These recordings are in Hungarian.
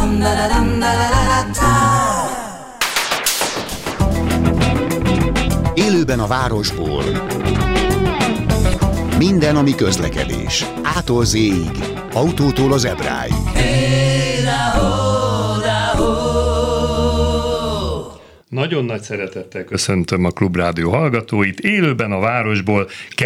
Élőben a városból. Minden, ami közlekedés. A-tól Z-ig. Autótól az Ebráig. Nagyon nagy szeretettel köszöntöm a Klubrádió hallgatóit, élőben a városból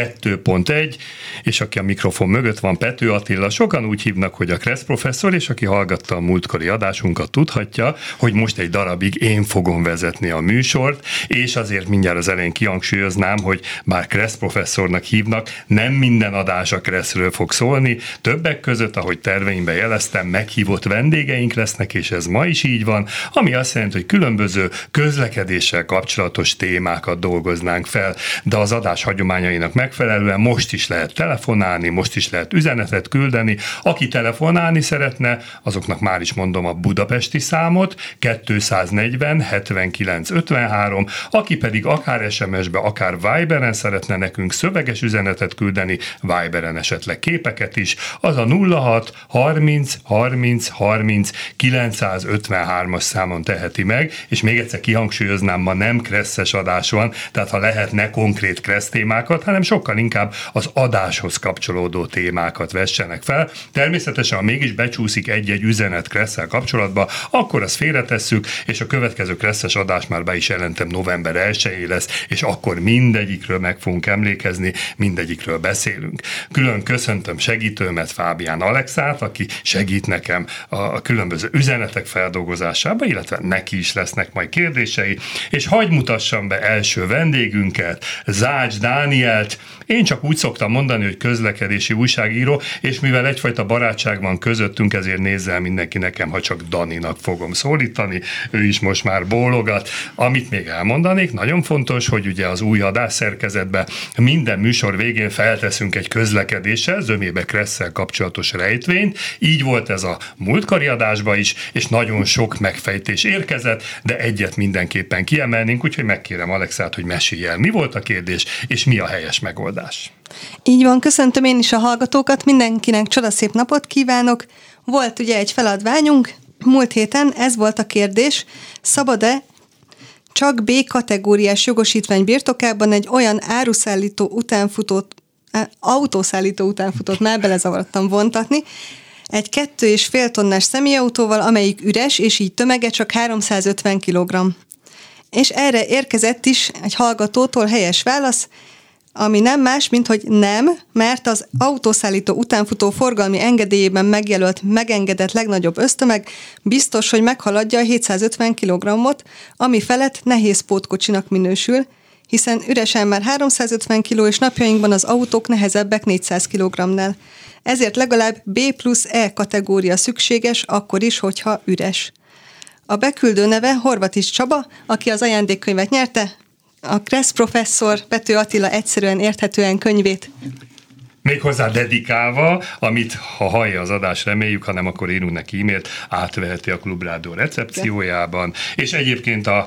2.1, és aki a mikrofon mögött van, Pető Attila, sokan úgy hívnak, hogy a Kressz professzor, és aki hallgatta a múltkori adásunkat, tudhatja, hogy most egy darabig én fogom vezetni a műsort, és azért mindjárt az elején kihangsúlyoznám, hogy bár Kressz professzornak hívnak, nem minden adás a Kresszről fog szólni, többek között, ahogy terveimben jeleztem, meghívott vendégeink lesznek, és ez ma is így van, ami azt jelenti, hogy különböző közlekedéssel kapcsolatos témákat dolgoznánk fel, de az adás hagyományainak megfelelően most is lehet telefonálni, most is lehet üzenetet küldeni. Aki telefonálni szeretne, azoknak már is mondom a budapesti számot, 240 79 53, aki pedig akár SMS-be, akár Viberen szeretne nekünk szöveges üzenetet küldeni, Viberen esetleg képeket is, az a 06 30 30 30 953-as számon teheti meg, és még egyszer kihangsúlyoznám, ma nem kresszes adás van, tehát ha lehet, ne konkrét kressz témákat, hanem sokkal inkább az adáshoz kapcsolódó témákat vessenek fel. Természetesen, ha mégis becsúszik egy-egy üzenet kresszel kapcsolatba, akkor azt félretesszük, és a következő kresszes adás már be is jelentem, november 1-én lesz, és akkor mindegyikről meg fogunk emlékezni, mindegyikről beszélünk. Külön köszöntöm segítőmet, Fábián Alexát, aki segít nekem a különböző üzenetek feldolgozásába, illetve neki is lesznek majd kérdései, és hadd mutassam be első vendégünket, Zács Dánielt. Én csak úgy szoktam mondani, hogy közlekedési újságíró, és mivel egyfajta barátság van közöttünk, ezért nézzel mindenki nekem, ha csak Daninak fogom szólítani, ő is most már bólogat. Amit még elmondanék, nagyon fontos, hogy ugye az új adásszerkezetben minden műsor végén felteszünk egy közlekedéssel, zömébe kresszel kapcsolatos rejtvényt, így volt ez a múltkori adásban is, és nagyon sok megfejtés érkezett, de egyet mindenképpen kiemelnénk, úgyhogy megkérem Alexát, hogy mesélj el, mi volt a kérdés, és mi a helyes megoldás. Így van, köszöntöm én is a hallgatókat, mindenkinek csodaszép napot kívánok. Volt ugye egy feladványunk, múlt héten ez volt a kérdés, szabad-e csak B kategóriás jogosítvány birtokában egy olyan autószállító utánfutót, már belezavarodtam vontatni, egy 2,5 tonnás személyautóval, amelyik üres, és így tömege csak 350 kg. És erre érkezett is egy hallgatótól helyes válasz, ami nem más, mint hogy nem, mert az autószállító utánfutó forgalmi engedélyében megjelölt megengedett legnagyobb össztömeg biztos, hogy meghaladja a 750 kg-ot, ami felett nehéz pótkocsinak minősül, hiszen üresen már 350 kg, és napjainkban az autók nehezebbek 400 kg-nál. Ezért legalább B+E kategória szükséges, akkor is, hogyha üres. A beküldő neve Horvatics Csaba, aki az ajándékkönyvet nyerte, a Kressz professzor Pető Attila egyszerűen érthetően könyvét. Méghozzá dedikálva, amit ha hallja az adás, reméljük, ha nem, akkor írunk neki e-mailt, átveheti a Klubrádió recepciójában, és egyébként a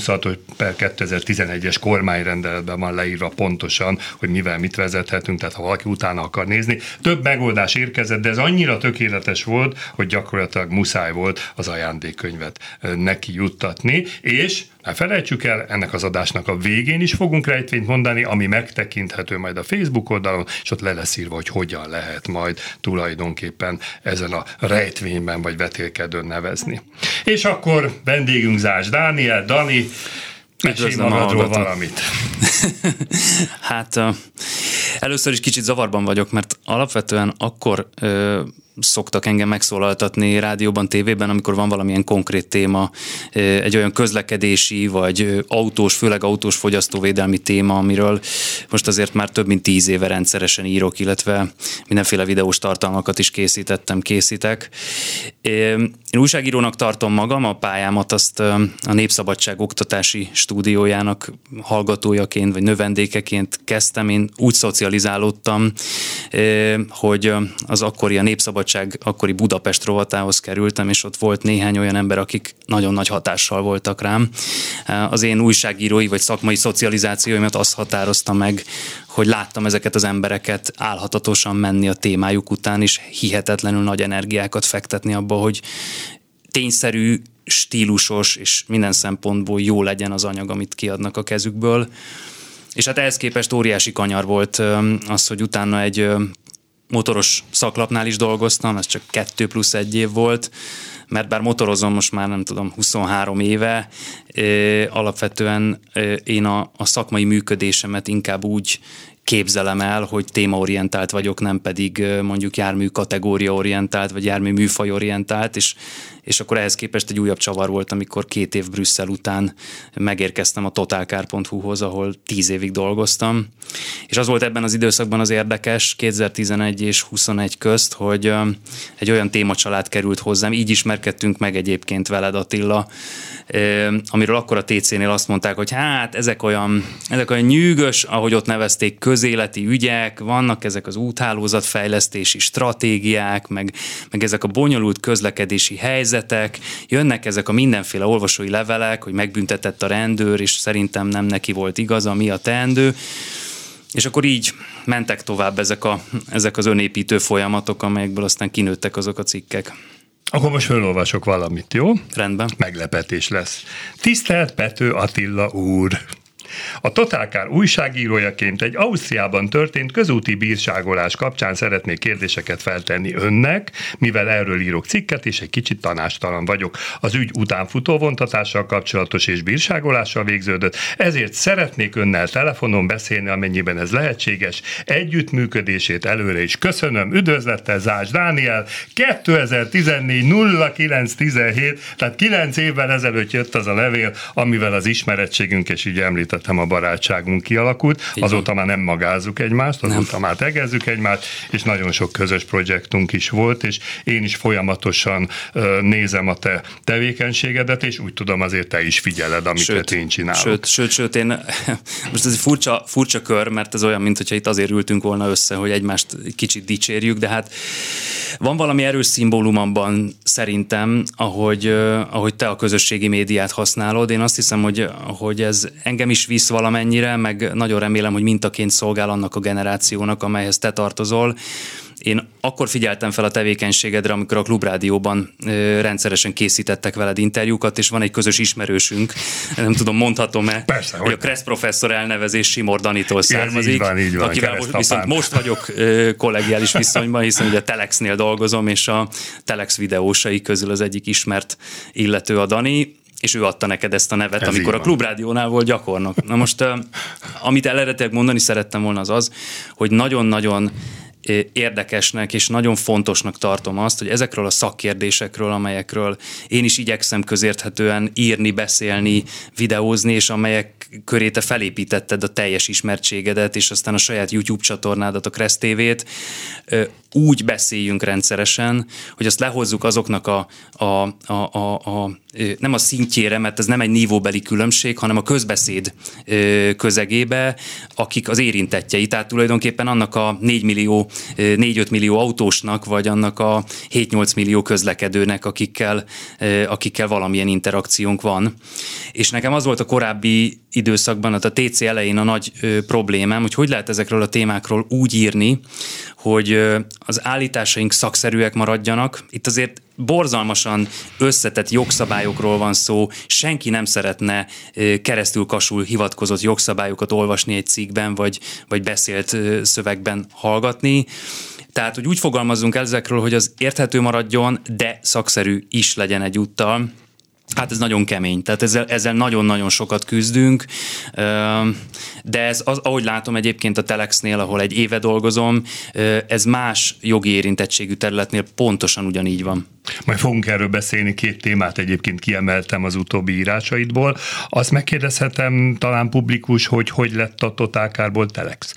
326/2011-es kormányrendeletben van leírva pontosan, hogy mivel mit vezethetünk, tehát ha valaki utána akar nézni. Több megoldás érkezett, de ez annyira tökéletes volt, hogy gyakorlatilag muszáj volt az ajándékkönyvet neki juttatni, és ne felejtsük el, ennek az adásnak a végén is fogunk rejtvényt mondani, ami megtekinthető majd a Facebook oldalon, és ott le lesz írva, hogy hogyan lehet majd tulajdonképpen ezen a rejtvényben vagy vetélkedőn nevezni. És akkor vendégünk Zács Dániel. Dani, mesélj magadról valamit. Hát először is kicsit zavarban vagyok, mert alapvetően akkor szoktak engem megszólaltatni rádióban, tévében, amikor van valamilyen konkrét téma, egy olyan közlekedési, vagy autós, főleg autós fogyasztóvédelmi téma, amiről most azért már több mint 10 éve rendszeresen írok, illetve mindenféle videós tartalmakat is készítek. Én újságírónak tartom magam, a pályámat azt a Népszabadság oktatási stúdiójának hallgatójaként, vagy növendékeként kezdtem. Én úgy szocializálódtam, hogy az akkori a Népszabadság akkori Budapest rovatához kerültem, és ott volt néhány olyan ember, akik nagyon nagy hatással voltak rám. Az én újságírói vagy szakmai szocializációimat azt határozta meg, hogy láttam ezeket az embereket álhatatosan menni a témájuk után, és hihetetlenül nagy energiákat fektetni abba, hogy tényszerű, stílusos, és minden szempontból jó legyen az anyag, amit kiadnak a kezükből. És hát ehhez képest óriási kanyar volt az, hogy utána egy motoros szaklapnál is dolgoztam, ez csak 2+1 év volt, mert bár motorozom most már nem tudom 23 éve, alapvetően én a szakmai működésemet inkább úgy képzelem el, hogy témaorientált vagyok, nem pedig mondjuk jármű kategóriaorientált, vagy jármű műfajorientált, és akkor ehhez képest egy újabb csavar volt, amikor 2 év Brüsszel után megérkeztem a totalcar.hu-hoz, ahol 10 évig dolgoztam. És az volt ebben az időszakban az érdekes, 2011 és 21 közt, hogy egy olyan témacsalád került hozzám, így ismerkedtünk meg egyébként veled, Attila, amiről akkor a TC-nél azt mondták, hogy hát ezek olyan nyűgös, ahogy ott nevezték, közéleti ügyek, vannak ezek az úthálózatfejlesztési stratégiák, meg ezek a bonyolult közlekedési helyzetek, jönnek ezek a mindenféle olvasói levelek, hogy megbüntetett a rendőr, és szerintem nem neki volt igaza, mi a teendő. És akkor így mentek tovább ezek az önépítő folyamatok, amelyekből aztán kinőttek azok a cikkek. Akkor most felolvasok valamit, jó? Rendben. Meglepetés lesz. Tisztelt Pető Attila úr! A Totalcar újságírójaként egy Ausztriában történt közúti bírságolás kapcsán szeretnék kérdéseket feltenni önnek, mivel erről írok cikket, és egy kicsit tanástalan vagyok. Az ügy utánfutó vontatással kapcsolatos és bírságolással végződött, ezért szeretnék önnel telefonon beszélni, amennyiben ez lehetséges. Együttműködését előre is köszönöm. Üdvözlettel, Zács Dániel, 2014-09-17, tehát 9 évvel ezelőtt jött az a levél, amivel az ismerettségünk, és így említettem, a barátságunk kialakult. Azóta már nem magázzuk egymást, azóta már tegezzük egymást, és nagyon sok közös projektunk is volt, és én is folyamatosan nézem a te tevékenységedet, és úgy tudom, azért te is figyeled, amiket én csinálok. Sőt, én most ez egy furcsa kör, mert ez olyan, mintha itt azért ültünk volna össze, hogy egymást kicsit dicsérjük, de hát van valami erős szimbólumban szerintem, ahogy te a közösségi médiát használod. Én azt hiszem, hogy ez engem is visz valamennyire, meg nagyon remélem, hogy mintaként szolgál annak a generációnak, amelyhez te tartozol. Én akkor figyeltem fel a tevékenységedre, amikor a Klubrádióban rendszeresen készítettek veled interjúkat, és van egy közös ismerősünk, nem tudom, mondhatom-e, persze, hogy a Kressz professzor elnevezés Simor Danitól származik, így van, akivel viszont most vagyok kollegiális viszonyban, hiszen ugye a Telexnél dolgozom, és a Telex videósai közül az egyik ismert illető a Dani, és ő adta neked ezt a nevet, ez amikor a Klubrádiónál volt gyakornok. Na most, amit eredetileg mondani szerettem volna az, hogy nagyon-nagyon érdekesnek és nagyon fontosnak tartom azt, hogy ezekről a szakkérdésekről, amelyekről én is igyekszem közérthetően írni, beszélni, videózni, és amelyek köré te felépítetted a teljes ismertségedet, és aztán a saját YouTube csatornádat, a Kressz TV-t, úgy beszéljünk rendszeresen, hogy azt lehozzuk azoknak nem a szintjére, mert ez nem egy nívóbeli különbség, hanem a közbeszéd közegébe, akik az érintettjei. Tehát tulajdonképpen annak a 4-5 millió autósnak, vagy annak a 7-8 millió közlekedőnek, akikkel valamilyen interakciónk van. És nekem az volt a korábbi időszakban, a TC elején a nagy problémám, hogy lehet ezekről a témákról úgy írni, hogy az állításaink szakszerűek maradjanak. Itt azért borzalmasan összetett jogszabályokról van szó, senki nem szeretne keresztülkasul hivatkozott jogszabályokat olvasni egy cikkben, vagy beszélt szövegben hallgatni. Tehát, hogy úgy fogalmazzunk el ezekről, hogy az érthető maradjon, de szakszerű is legyen egyúttal. Hát ez nagyon kemény, tehát ezzel nagyon-nagyon sokat küzdünk, de ez, ahogy látom egyébként a Telexnél, ahol egy éve dolgozom, ez más jogi érintettségű területnél pontosan ugyanígy van. Majd fogunk erről beszélni, 2 témát egyébként kiemeltem az utóbbi írásaidból. Azt megkérdezhetem talán publikus, hogy lett a Totalcarból Telex?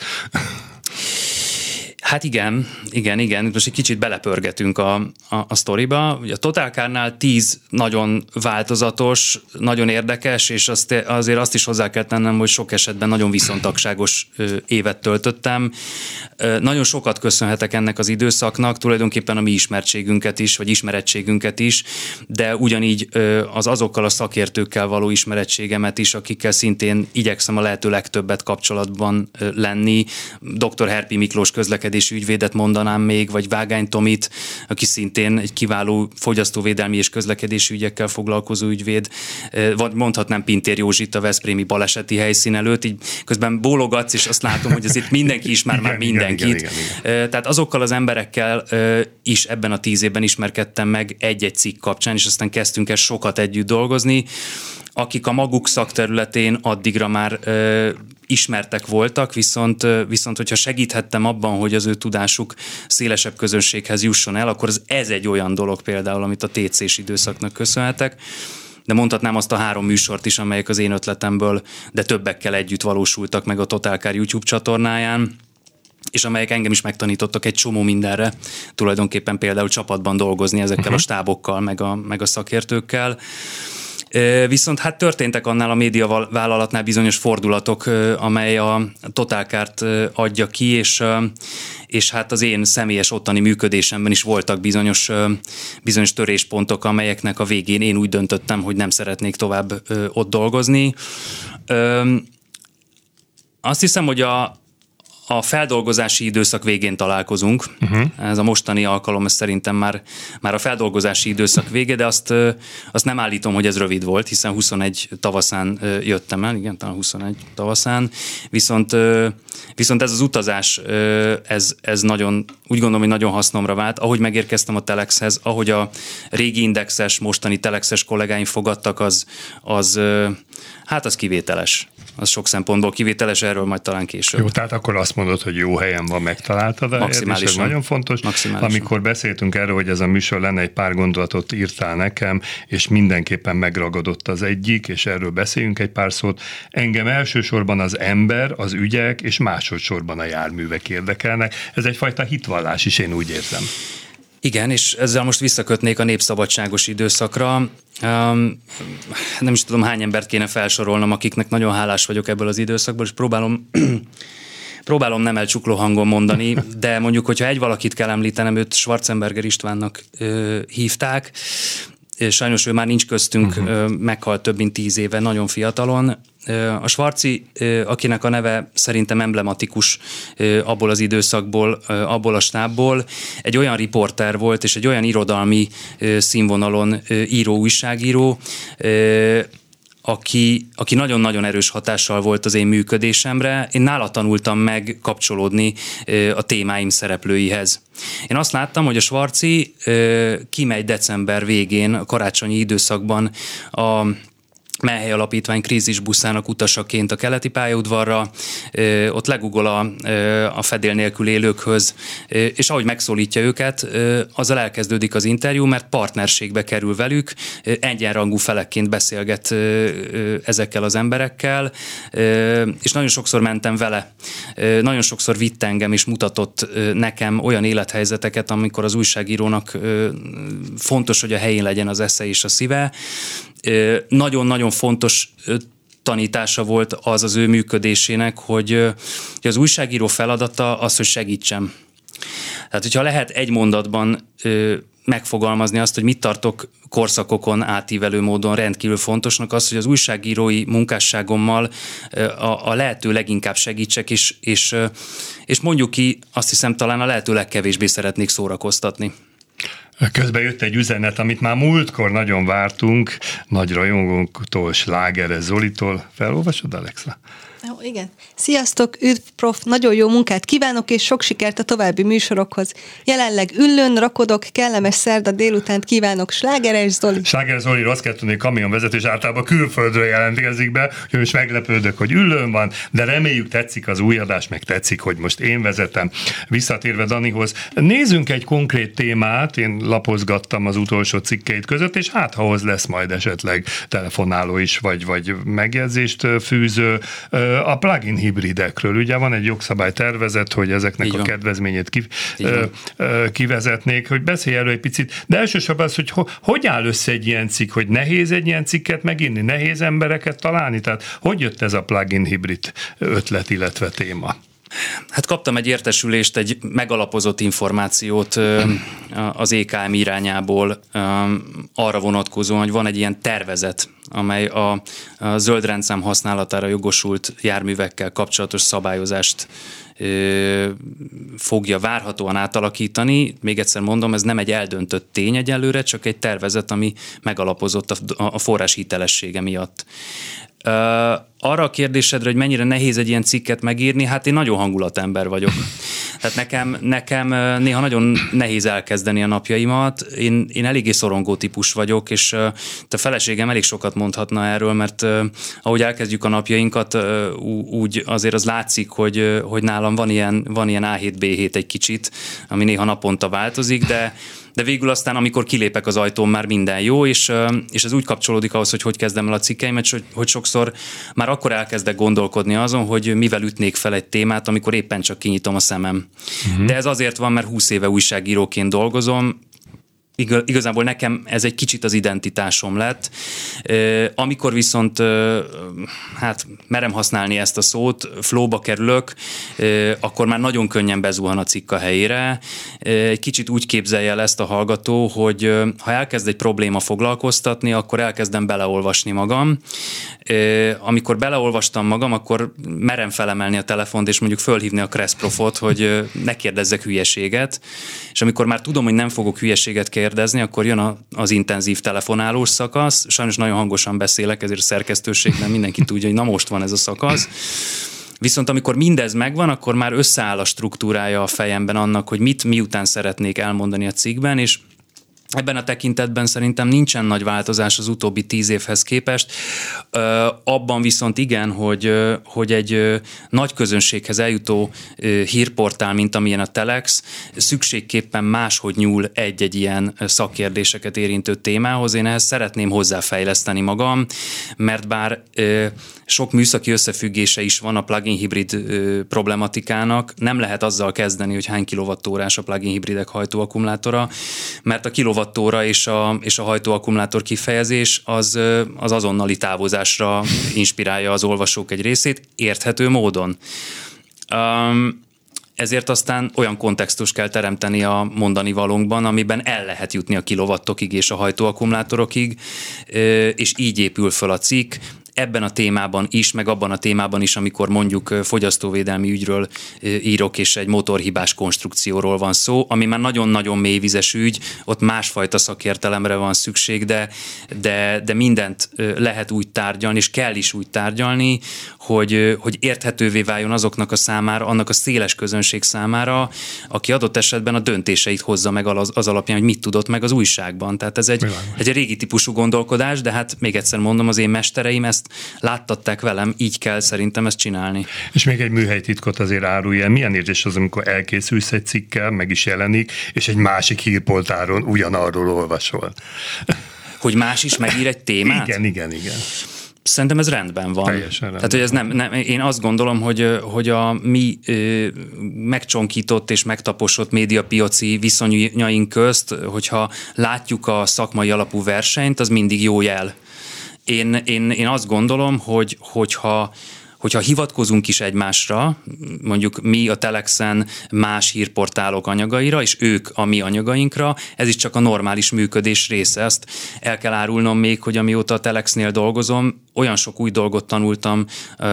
Hát igen. Most egy kicsit belepörgetünk a sztoriba. Ugye a Totalcarnál 10 nagyon változatos, nagyon érdekes, és azért azt is hozzá kell tennem, hogy sok esetben nagyon viszontagságos évet töltöttem. Nagyon sokat köszönhetek ennek az időszaknak, tulajdonképpen a mi ismertségünket is, vagy ismerettségünket is, de ugyanígy azokkal a szakértőkkel való ismerettségemet is, akikkel szintén igyekszem a lehető legtöbbet kapcsolatban lenni. Dr. Herpi Miklós közlekedési közlekedési ügyvédet mondanám még, vagy Vágány Tomit, aki szintén egy kiváló fogyasztóvédelmi és közlekedési ügyekkel foglalkozó ügyvéd, vagy mondhatnám Pintér Józsit a veszprémi baleseti helyszín előtt, így közben bólogatsz, és azt látom, hogy azért mindenki ismer már mindenkit. Igen. Tehát azokkal az emberekkel is ebben a 10 évben ismerkedtem meg egy-egy cikk kapcsán, és aztán kezdtünk el sokat együtt dolgozni, akik a maguk szakterületén addigra már ismertek voltak, viszont hogyha segíthettem abban, hogy az ő tudásuk szélesebb közönséghez jusson el, akkor ez egy olyan dolog például, amit a TC-s időszaknak köszönhetek. De mondhatnám azt a 3 műsort is, amelyek az én ötletemből, de többekkel együtt valósultak meg a Totalcar YouTube csatornáján, és amelyek engem is megtanítottak egy csomó mindenre, tulajdonképpen például csapatban dolgozni ezekkel a stábokkal, meg a szakértőkkel. Viszont hát történtek annál a médiavállalatnál bizonyos fordulatok, amely a Totalcart adja ki, és hát az én személyes ottani működésemben is voltak bizonyos töréspontok, amelyeknek a végén én úgy döntöttem, hogy nem szeretnék tovább ott dolgozni. Azt hiszem, hogy a feldolgozási időszak végén találkozunk. Ez a mostani alkalom, ez szerintem már a feldolgozási időszak vége, de azt nem állítom, hogy ez rövid volt, hiszen 21 tavaszán jöttem el, igen, talán 21 tavaszán, viszont ez az utazás, ez nagyon, úgy gondolom, hogy nagyon hasznomra vált. Ahogy megérkeztem a Telexhez, ahogy a régi Indexes, mostani Telexes kollégáim fogadtak, az kivételes. Az sok szempontból kivételes, erről majd talán később. Jó, tehát akkor azt mondod, hogy jó helyen van, megtaláltad a helyet, és ez nagyon fontos. Amikor beszéltünk erről, hogy ez a műsor lenne, egy pár gondolatot írtál nekem, és mindenképpen megragadott az egyik, és erről beszéljünk egy pár szót. Engem elsősorban az ember, az ügyek, és másodszorban a járművek érdekelnek. Ez egyfajta hitvallás is, én úgy érzem. Igen, és ezzel most visszakötnék a népszabadságos időszakra. Nem is tudom, hány embert kéne felsorolnom, akiknek nagyon hálás vagyok ebből az időszakból, és próbálom nem elcsukló hangon mondani, de mondjuk, hogyha egy valakit kell említenem, őt Schwarzenberger Istvánnak hívták. Sajnos ő már nincs köztünk, meghalt több mint 10 éve, nagyon fiatalon. A Schwarzi, akinek a neve szerintem emblematikus abból az időszakból, abból a stábból, egy olyan riporter volt, és egy olyan irodalmi színvonalon író, újságíró, aki nagyon-nagyon erős hatással volt az én működésemre. Én nála tanultam meg kapcsolódni a témáim szereplőihez. Én azt láttam, hogy a Schwarzi kimegy december végén, a karácsonyi időszakban a Mellhely Alapítvány krízisbuszának utasaként a keleti pályaudvarra, ott legugol a fedél nélkül élőkhöz, és ahogy megszólítja őket, azzal elkezdődik az interjú, mert partnerségbe kerül velük, egyenrangú felekként beszélget ezekkel az emberekkel, és nagyon sokszor mentem vele, nagyon sokszor vitt engem, és mutatott nekem olyan élethelyzeteket, amikor az újságírónak fontos, hogy a helyén legyen az esze és a szíve. Nagyon-nagyon fontos tanítása volt az ő működésének, hogy az újságíró feladata az, hogy segítsem. Tehát, hogyha lehet egy mondatban megfogalmazni azt, hogy mit tartok korszakokon átívelő módon rendkívül fontosnak, az, hogy az újságírói munkásságommal a lehető leginkább segítsek, és mondjuk ki, azt hiszem, talán a lehető legkevésbé szeretnék szórakoztatni. Közben jött egy üzenet, amit már múltkor nagyon vártunk, nagy rajongónktól, Slágeres Zolitól. Felolvasod, Alexa? Igen. Sziasztok, üdv prof, nagyon jó munkát kívánok, és sok sikert a további műsorokhoz. Jelenleg üllőn rakodok, kellemes szerda délutánt kívánok, Slágeres Zoli. Slágeres Zoli, azt kell tudni, kamionvezető, és általában külföldről jelentkezik be, hogy most meglepődök, hogy üllőn van, de reméljük tetszik az új adás, meg tetszik, hogy most én vezetem. Visszatérve Danihoz, nézzünk egy konkrét témát, én lapozgattam az utolsó cikkeit között, és hát ha hoz lesz majd esetleg telefonáló is, vagy megjegyzést fűző. A plug-in hibridekről, ugye van egy jogszabálytervezet, hogy ezeknek a kedvezményét kivezetnék, hogy beszélj erről egy picit, de elsősorban az, hogy áll össze egy ilyen cikk, hogy nehéz egy ilyen cikket megírni, nehéz embereket találni, tehát hogy jött ez a plug-in hibrid ötlet, illetve téma? Hát kaptam egy értesülést, egy megalapozott információt az EKM irányából arra vonatkozóan, hogy van egy ilyen tervezet, amely a zöld rendszám használatára jogosult járművekkel kapcsolatos szabályozást fogja várhatóan átalakítani. Még egyszer mondom, ez nem egy eldöntött tény egyelőre, csak egy tervezet, ami megalapozott a forrás hitelessége miatt. Arra a kérdésedre, hogy mennyire nehéz egy ilyen cikket megírni, hát én nagyon hangulatember vagyok. Tehát nekem néha nagyon nehéz elkezdeni a napjaimat. Én eléggé szorongó típus vagyok, és a feleségem elég sokat mondhatna erről, mert ahogy elkezdjük a napjainkat, úgy azért az látszik, hogy nálam van ilyen A7, B7 egy kicsit, ami néha naponta változik, de végül aztán, amikor kilépek az ajtón, már minden jó, és ez úgy kapcsolódik ahhoz, hogy kezdem el a cikkeimet, hogy sokszor már akkor elkezdek gondolkodni azon, hogy mivel ütnék fel egy témát, amikor éppen csak kinyitom a szemem. Uh-huh. De ez azért van, mert 20 éve újságíróként dolgozom, igazából nekem ez egy kicsit az identitásom lett. Amikor viszont, hát merem használni ezt a szót, flowba kerülök, akkor már nagyon könnyen bezuhan a cikk a helyére. Egy kicsit úgy képzelje el ezt a hallgató, hogy ha elkezd egy probléma foglalkoztatni, akkor elkezdem beleolvasni magam. Amikor beleolvastam magam, akkor merem felemelni a telefont, és mondjuk fölhívni a Kresszprofot, hogy ne kérdezzek hülyeséget. És amikor már tudom, hogy nem fogok hülyeséget kérdezni, akkor jön az intenzív telefonálós szakasz. Sajnos nagyon hangosan beszélek, ezért a szerkesztőségben mindenki tudja, hogy na most van ez a szakasz. Viszont amikor mindez megvan, akkor már összeáll a struktúrája a fejemben annak, hogy mit miután szeretnék elmondani a cikkben, és ebben a tekintetben szerintem nincsen nagy változás az utóbbi 10 évhez képest. Abban viszont igen, hogy egy nagy közönséghez eljutó hírportál, mint amilyen a Telex, szükségképpen máshogy nyúl egy-egy ilyen szakkérdéseket érintő témához. Én ehhez szeretném hozzáfejleszteni magam, mert bár sok műszaki összefüggése is van a plug-in hibrid problematikának, nem lehet azzal kezdeni, hogy hány kilowattórás a plug-in hibridek hajtóakkumulátora, mert a kilowattóra és a hajtóakkumulátor kifejezés az azonnali távozásra inspirálja az olvasók egy részét, érthető módon. Ezért aztán olyan kontextust kell teremteni a mondani valónkban, amiben el lehet jutni a kilowattokig és a hajtóakkumulátorokig, és így épül föl a cikk. Ebben a témában is, meg abban a témában is, amikor mondjuk fogyasztóvédelmi ügyről írok, és egy motorhibás konstrukcióról van szó, ami már nagyon-nagyon mélyvizes ügy, ott másfajta szakértelemre van szükség, de mindent lehet úgy tárgyalni, és kell is úgy tárgyalni, hogy érthetővé váljon azoknak a számára, annak a széles közönség számára, aki adott esetben a döntéseit hozza meg az alapján, hogy mit tudott meg az újságban. Tehát ez egy régi típusú gondolkodás, de hát még egyszer mondom, az én mestereim ezt láttatták velem, így kell szerintem ezt csinálni. És még egy műhelytitkot azért árulj el. Milyen érzés az, amikor elkészülsz egy cikkel, meg is jelenik, és egy másik hírportálon ugyanarról olvasol? Hogy más is megír egy témát? Igen. Szerintem ez rendben van. Teljesen rendben. Tehát, hogy ez nem, én azt gondolom, hogy a mi megcsonkított és megtaposott médiapiaci viszonyaink közt, hogyha látjuk a szakmai alapú versenyt, az mindig jó jel. Én azt gondolom, hogyha hivatkozunk is egymásra, mondjuk mi a Telexen más hírportálok anyagaira, és ők a mi anyagainkra, ez is csak a normális működés része. Ezt el kell árulnom még, hogy amióta a Telexnél dolgozom, olyan sok új dolgot tanultam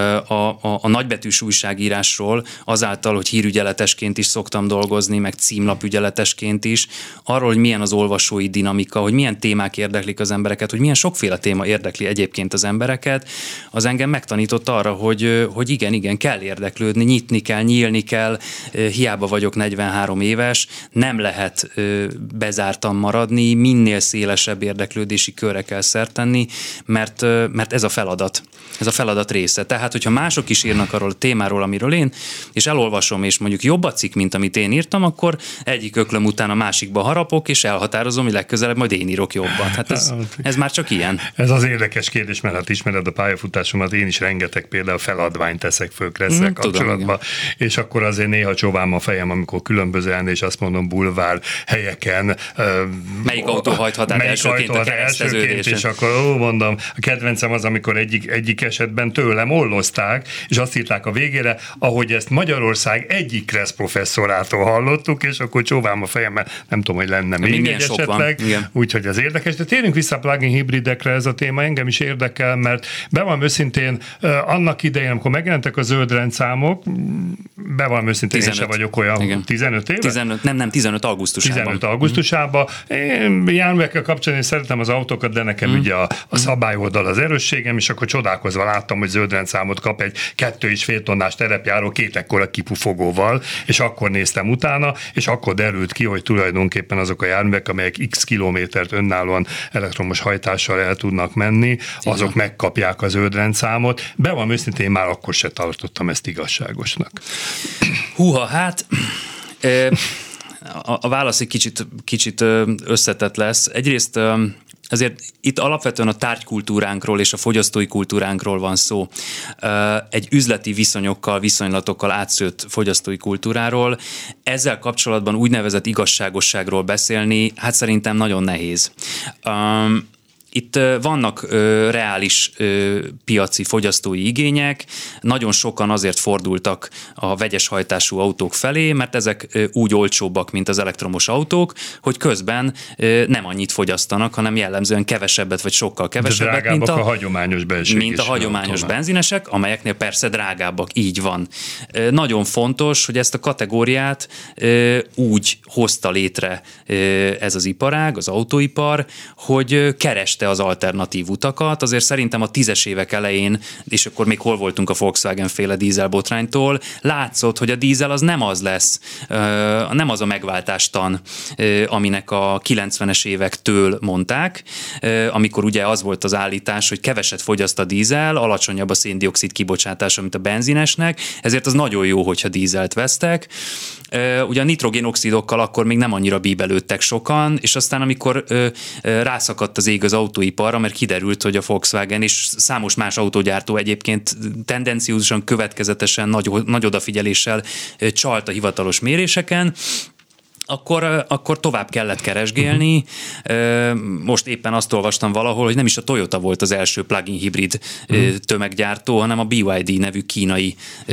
a nagybetűs újságírásról, azáltal, hogy hírügyeletesként is szoktam dolgozni, meg címlapügyeletesként is, arról, hogy milyen az olvasói dinamika, hogy milyen témák érdeklik az embereket, hogy milyen sokféle téma érdekli egyébként az embereket, az engem megtanított arra, hogy igen, kell érdeklődni, nyitni kell, nyílni kell, hiába vagyok 43 éves, nem lehet bezártan maradni, minél szélesebb érdeklődési körre kell szert tenni, mert ez a feladat. Ez a feladat része. Tehát, hogyha mások is írnak arról a témáról, amiről én, és elolvasom, és mondjuk jobb a cikk, mint amit én írtam, akkor egyik öklöm után a másikba harapok, és elhatározom, hogy legközelebb majd én írok jobban. Hát ez már csak ilyen. Ez az érdekes kérdés, mert hát ismered a pályafutásomat, én is rengeteg például feladványt teszek föl Kresszel kapcsolatban, és akkor azért néha csóvám a fejem, amikor különbözően, és azt mondom, bulvár helyeken. Melyik autó hajthat át elsőként a kereszteződésen? És akkor mondom, a kedvencem az, amikor egyik egyik esetben tőlem ollozták, és azt írták a végére, ahogy ezt Magyarország egyik Kressz professzorától hallottuk, és akkor csóvám a fejemmel, nem tudom, hogy lenne még egy esetleg, úgyhogy az érdekes. De térjünk vissza a plug-in hibridekre, ez a téma engem is érdekel, mert bevallom őszintén, annak idején, amikor megjelentek a zöld rendszámok, bevallom őszintén, 15. Én sem vagyok olyan, igen. 15 éve? 15 augusztusában. 15 augusztusában. Én járművekkel kapcsolatban szeretem az autókat, de nekem ugye a szabályoldal az erősségem, és akkor csodálkozva láttam, hogy zöld rendszámot kap egy 2,5 tonnás terepjáró 2 ekkora kipufogóval, és akkor néztem utána, és akkor derült ki, hogy tulajdonképpen azok a járművek, amelyek x kilométert önállóan elektromos hajtással el tudnak menni, azok megkapják a zöld rendszámot. Bevallom őszintén, én már akkor se tartottam ezt igazságosnak. Húha, hát... A válasz egy kicsit összetett lesz. Egyrészt azért itt alapvetően a tárgykultúránkról és a fogyasztói kultúránkról van szó. Egy üzleti viszonyokkal, viszonylatokkal átszőtt fogyasztói kultúráról. Ezzel kapcsolatban úgynevezett igazságosságról beszélni, hát szerintem nagyon nehéz. Itt vannak reális piaci fogyasztói igények, nagyon sokan azért fordultak a vegyes hajtású autók felé, mert ezek úgy olcsóbbak, mint az elektromos autók, hogy közben nem annyit fogyasztanak, hanem jellemzően kevesebbet, vagy sokkal kevesebbet, mint a hagyományos hagyományos benzinesek, amelyeknél persze drágábbak, így van. Nagyon fontos, hogy ezt a kategóriát úgy hozta létre ez az iparág, az autóipar, hogy kereste az alternatív utakat. Azért szerintem a 10-es évek elején, és akkor még hol voltunk a Volkswagen féle dízelbotránytól, látszott, hogy a dízel az nem az lesz, nem az a megváltástan, aminek a 90-es évektől mondták, amikor ugye az volt az állítás, hogy keveset fogyaszt a dízel, alacsonyabb a szén-dioxid kibocsátása, mint a benzinesnek, ezért az nagyon jó, hogyha dízelt vesztek. Ugye a nitrogénoxidokkal akkor még nem annyira bíbelődtek sokan, és aztán amikor rászakadt az ég az autóiparra, mert kiderült, hogy a Volkswagen és számos más autógyártó egyébként tendenciózusan, következetesen nagy odafigyeléssel csalt a hivatalos méréseken, akkor tovább kellett keresgélni. Most éppen azt olvastam valahol, hogy nem is a Toyota volt az első plug-in hibrid tömeggyártó, hanem a BYD nevű kínai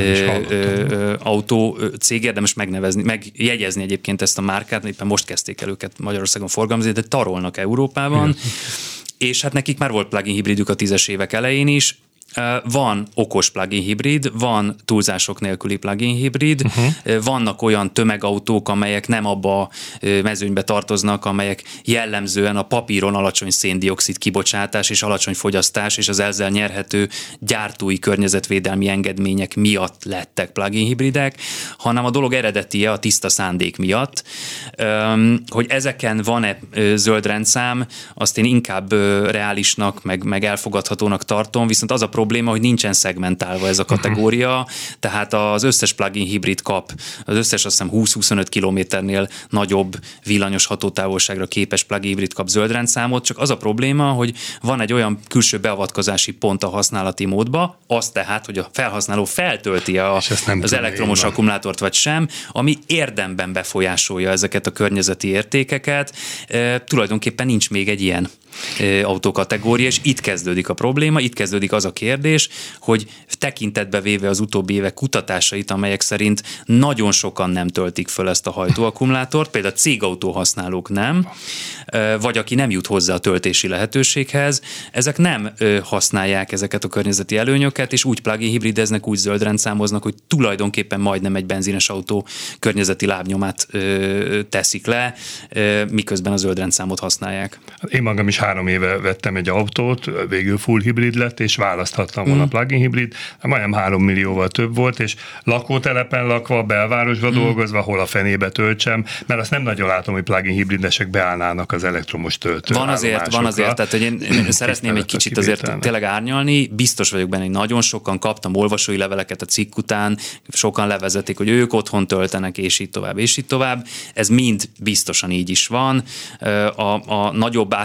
autócég, érdemes megjegyezni egyébként ezt a márkát, éppen most kezdték el őket Magyarországon forgalmazni, de tarolnak Európában. És hát nekik már volt plug-in hibridük a 10-es évek elején is. Van okos plug-in hibrid, van túlzások nélküli plug-in hibrid, vannak olyan tömegautók, amelyek nem abba a mezőnybe tartoznak, amelyek jellemzően a papíron alacsony szén-dioxid kibocsátás és alacsony fogyasztás és az ezzel nyerhető gyártói környezetvédelmi engedmények miatt lettek plug-in hibridek, hanem a dolog eredetie a tiszta szándék miatt. Hogy ezeken van-e zöld rendszám, azt én inkább reálisnak, meg elfogadhatónak tartom, viszont az a probléma, hogy nincsen szegmentálva ez a kategória, tehát az összes plug-in hibrid kap, az összes azt hiszem 20-25 kilométernél nagyobb villanyos hatótávolságra képes plug-in hibrid kap zöld rendszámot, csak az a probléma, hogy van egy olyan külső beavatkozási pont a használati módba, az tehát, hogy a felhasználó feltölti az elektromos akkumulátort vagy sem, ami érdemben befolyásolja ezeket a környezeti értékeket. Tulajdonképpen nincs még egy ilyen autókategória, és itt kezdődik a probléma, itt kezdődik az a kérdés, hogy tekintetbe véve az utóbbi évek kutatásait, amelyek szerint nagyon sokan nem töltik föl ezt a hajtóakkumulátort, például cégautó használók nem, vagy aki nem jut hozzá a töltési lehetőséghez, ezek nem használják ezeket a környezeti előnyöket, és úgy plug-in hibrideznek, úgy zöld rendszámoznak, hogy tulajdonképpen majdnem egy benzines autó környezeti lábnyomát teszik le, miközben a zöld rendszámot használják. Én magam is 3 éve vettem egy autót, végül full hibrid lett, és választhattam volna plug-in hibrid, majdnem 3 millióval több volt, és lakótelepen lakva, belvárosba dolgozva, hol a fenébe töltsem, mert azt nem nagyon látom, hogy plug-in hibridesek beállnának az elektromos töltő. Van azért, tehát hogy én szeretném egy kicsit azért tényleg árnyalni, biztos vagyok benne, hogy nagyon sokan kaptam olvasói leveleket a cikk után, sokan levezetik, hogy ők otthon töltenek, és így tovább, és így tovább. Ez mind biztosan így is van. A nagyobb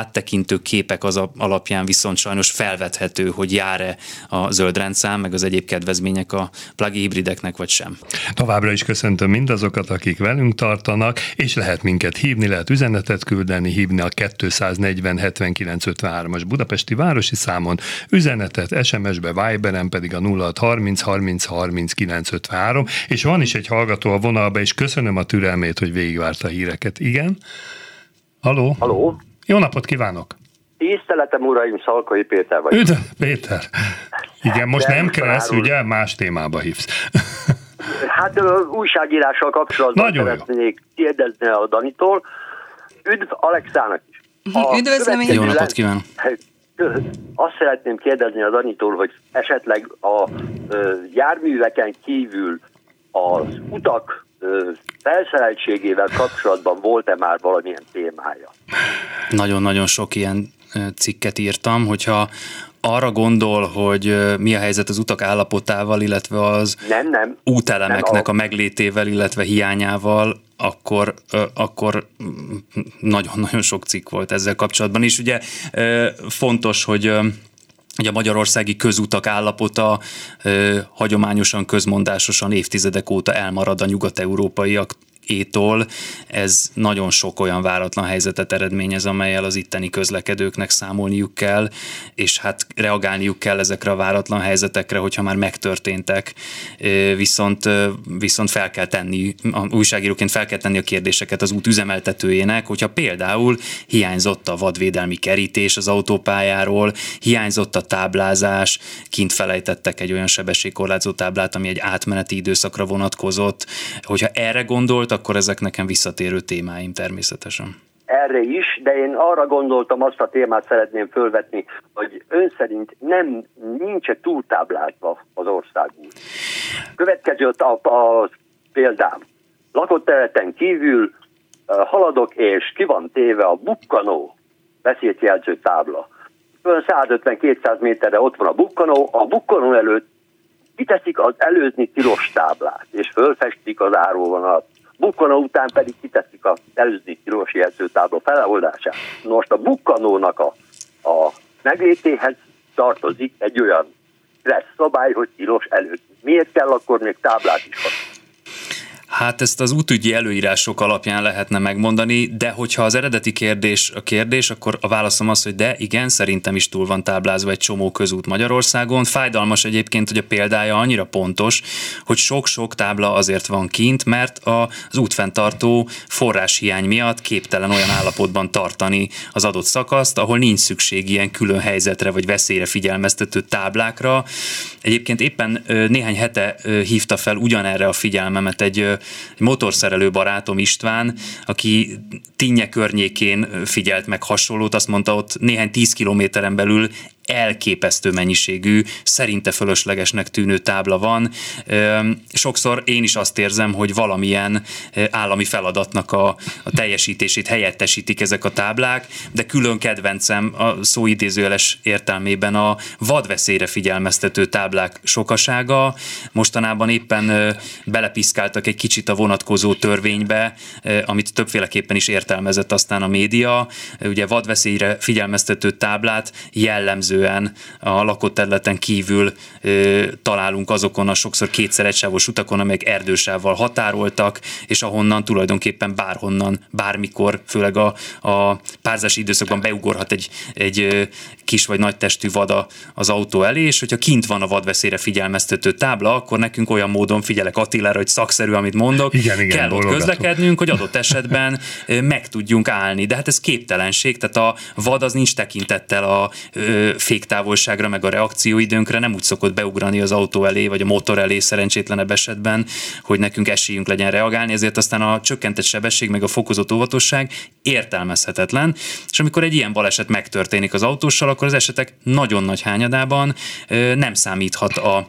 áttekintő képek az alapján viszont sajnos felvethető, hogy jár-e a zöld rendszám, meg az egyéb kedvezmények a plug-in hibrideknek, vagy sem. Továbbra is köszöntöm mindazokat, akik velünk tartanak, és lehet minket hívni, lehet üzenetet küldeni, hívni a 240 79 53-as budapesti városi számon, üzenetet SMS-be, Viberen pedig a 0630 30 30 953, és van is egy hallgató a vonalba, és köszönöm a türelmét, hogy végigvárta a híreket. Igen? Halló? Halló? Jó napot kívánok! Tiszteletem, uraim, Szalkai Péter vagyok. Üdv, Péter! Igen, most nem keressz, ugye? Más témába hívsz. Hát újságírással kapcsolatban nagyon szeretnék kérdezni a Danitól. Üdv Alexának is. Üdvözlöm, jó napot kívánok! Azt szeretném kérdezni a Danitól, hogy esetleg a járműveken kívül az utak felszereltségével kapcsolatban volt-e már valamilyen témája? Nagyon-nagyon sok ilyen cikket írtam, hogyha arra gondol, hogy mi a helyzet az utak állapotával, illetve az útelemeknek a meglétével, illetve hiányával, akkor nagyon-nagyon sok cikk volt ezzel kapcsolatban is. Ugye fontos, hogy a magyarországi közutak állapota hagyományosan, közmondásosan évtizedek óta elmarad a nyugat-európaiakétól. Ez nagyon sok olyan váratlan helyzetet eredményez, amellyel az itteni közlekedőknek számolniuk kell, és hát reagálniuk kell ezekre a váratlan helyzetekre, hogyha már megtörténtek. Viszont fel kell tenni, újságíróként fel kell tenni a kérdéseket az út üzemeltetőjének, hogyha például hiányzott a vadvédelmi kerítés az autópályáról, hiányzott a táblázás, kint felejtettek egy olyan sebességkorlátozó táblát, ami egy átmeneti időszakra vonatkozott. Hogyha erre gondolt, akkor ezek nekem visszatérő témáim természetesen. Erre is, de én arra gondoltam, azt a témát szeretném fölvetni, hogy ön szerint nincs-e túltáblázva az országút. Következő a példám. Lakott területen kívül haladok, és ki van téve a bukkanó veszélyjelző tábla. 150-200 méterre ott van a bukkanó előtt kiteszik az előzni tilos táblát, és fölfestik az áróvonalat. Bukkanó után pedig kiteszik az előzni tilos jelzőtábla feleoldását. Most a bukkanónak a meglétéhez tartozik egy olyan stressz szabály, hogy tilos előzni. Miért kell akkor még táblát is használni? Hát ezt az útügyi előírások alapján lehetne megmondani, de hogyha az eredeti kérdés a kérdés, akkor a válaszom az, hogy de igen, szerintem is túl van táblázva egy csomó közút Magyarországon. Fájdalmas egyébként, hogy a példája annyira pontos, hogy sok-sok tábla azért van kint, mert az útfenntartó forráshiány miatt képtelen olyan állapotban tartani az adott szakaszt, ahol nincs szükség ilyen külön helyzetre vagy veszélyre figyelmeztető táblákra. Egyébként éppen néhány hete hívta fel ugyanerre a figyelmemet egy motorszerelő barátom, István, aki Tinnye környékén figyelt meg hasonlót, azt mondta, ott néhány 10 kilométeren belül elképesztő mennyiségű, szerinte fölöslegesnek tűnő tábla van. Sokszor én is azt érzem, hogy valamilyen állami feladatnak a teljesítését helyettesítik ezek a táblák, de külön kedvencem a szó idézőjeles értelmében a vadveszélyre figyelmeztető táblák sokasága. Mostanában éppen belepiszkáltak egy kicsit a vonatkozó törvénybe, amit többféleképpen is értelmezett aztán a média. Ugye vadveszélyre figyelmeztető táblát jellemzően a lakott területen kívül találunk azokon a sokszor kétszer egysávos utakon, amelyek erdősávval határoltak, és ahonnan tulajdonképpen bárhonnan, bármikor, főleg a párzási időszakban beugorhat egy kis vagy nagy testű vad az autó elé, és hogyha kint van a vadveszélyre figyelmeztető tábla, akkor nekünk olyan módon, figyelek Attilára, hogy szakszerű, amit mondok, igen, kell ott közlekednünk, hogy adott esetben meg tudjunk állni. De hát ez képtelenség, tehát a vad az nincs tekintettel a féktávolságra, meg a reakcióidőnkre, nem úgy szokott beugrani az autó elé, vagy a motor elé szerencsétlenebb esetben, hogy nekünk esélyünk legyen reagálni, ezért aztán a csökkentett sebesség, meg a fokozott óvatosság értelmezhetetlen, és amikor egy ilyen baleset megtörténik az autóssal, akkor az esetek nagyon nagy hányadában nem számíthat a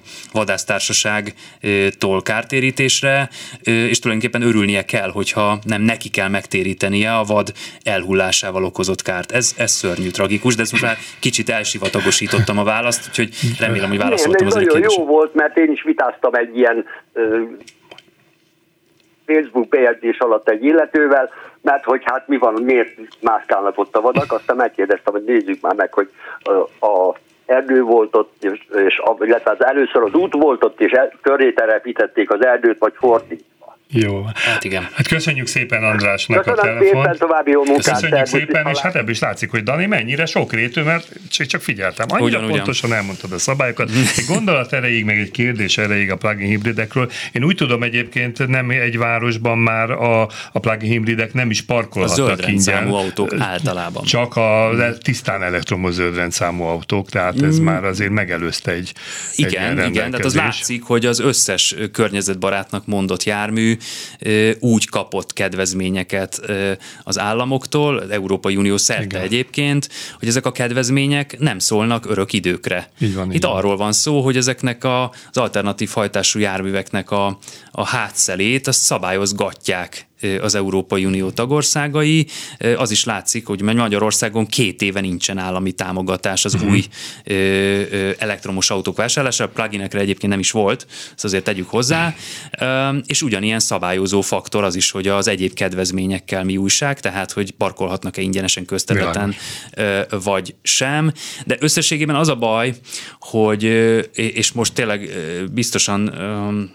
vadásztársaságtól kártérítésre, és tulajdonképpen örülnie kell, hogyha nem neki kell megtérítenie a vad elhullásával okozott kárt. Ez szörnyű, tragikus, de ez most már kicsit elsivatagosítottam a választ, úgyhogy remélem, hogy válaszoltam az egy kérdésre. Jó volt, mert én is vitáztam egy ilyen Facebook bejegyzés alatt egy illetővel, mert hogy hát mi van, miért mászkálnak ott a vadak, aztán megkérdeztem, hogy nézzük már meg, hogy a erdő volt ott, illetve először az út volt ott, és köré telepítették az erdőt, vagy fordítva. Jó. Hát igen. Hát köszönjük szépen Andrásnak a telefont. Szépen, további jó munkát. Köszönjük szépen, és hát ebből is látszik, hogy Dani mennyire sokrétű, mert csak figyeltem. Annyira pontosan elmondtad a szabályokat. Egy gondolat erejéig, meg egy kérdés erejéig a plug-in hibridekről. Én úgy tudom egyébként, nem egy városban már a plug-in hibridek nem is parkolhatnak ingyen. A zöldrendszámú autók általában. Csak a tisztán elektromos zöldrendszámú autók, tehát ez már azért megelőzte egy igen, de az látszik, hogy az összes környezetbarátnak mondott jármű úgy kapott kedvezményeket az államoktól, az Európai Unió szerte egyébként, hogy ezek a kedvezmények nem szólnak örök időkre. Itt arról van szó, hogy ezeknek az alternatív hajtású járműveknek a hátszelét azt szabályozgatják az Európai Unió tagországai. Az is látszik, hogy Magyarországon 2 éve nincsen állami támogatás az új elektromos autók vásárlására, pluginekre egyébként nem is volt, ezt azért tegyük hozzá, és ugyanilyen szabályozó faktor az is, hogy az egyéb kedvezményekkel mi újság, tehát hogy parkolhatnak-e ingyenesen közterületen, vagy sem. De összességében az a baj, hogy, és most tényleg biztosan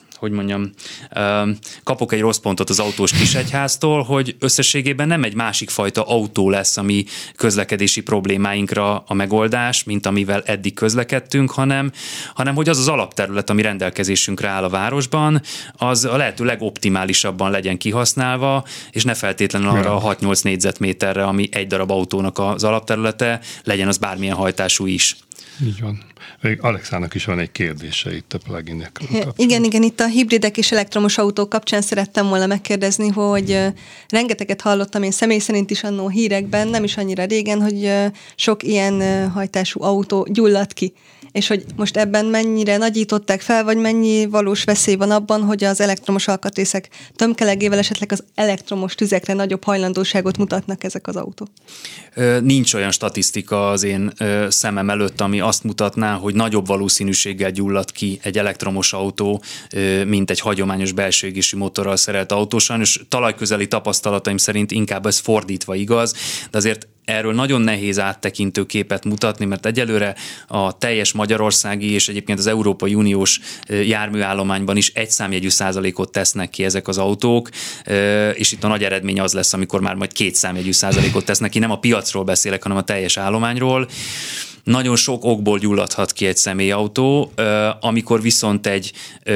kapok egy rossz pontot az autós Kisegyháztól, hogy összességében nem egy másik fajta autó lesz, ami közlekedési problémáinkra a megoldás, mint amivel eddig közlekedtünk, hanem hogy az alapterület, ami rendelkezésünkre áll a városban, az a lehető legoptimálisabban legyen kihasználva, és ne feltétlenül arra a 6-8 négyzetméterre, ami egy darab autónak az alapterülete, legyen az bármilyen hajtású is. Így van. Alexának is van egy kérdése itt a pluginek. Igen, itt a hibridek és elektromos autók kapcsán szerettem volna megkérdezni, hogy rengeteget hallottam én személy szerint is annó hírekben, nem is annyira régen, hogy sok ilyen hajtású autó gyulladt ki. És hogy most ebben mennyire nagyították fel, vagy mennyi valós veszély van abban, hogy az elektromos alkatrészek tömkelegével esetleg az elektromos tüzekre nagyobb hajlandóságot mutatnak ezek az autók? Nincs olyan statisztika az én szemem előtt, ami azt mutatná, hogy nagyobb valószínűséggel gyullad ki egy elektromos autó, mint egy hagyományos belső égésű motorral szerelt autó. Sajnos talajközeli tapasztalataim szerint inkább ez fordítva igaz, de azért erről nagyon nehéz áttekintő képet mutatni, mert egyelőre a teljes magyarországi és egyébként az Európai Uniós járműállományban is egy számjegyű százalékot tesznek ki ezek az autók, és itt a nagy eredmény az lesz, amikor már majd 2 számjegyű százalékot tesznek ki, nem a piacról beszélek, hanem a teljes állományról. Nagyon sok okból gyulladhat ki egy személyautó, amikor viszont egy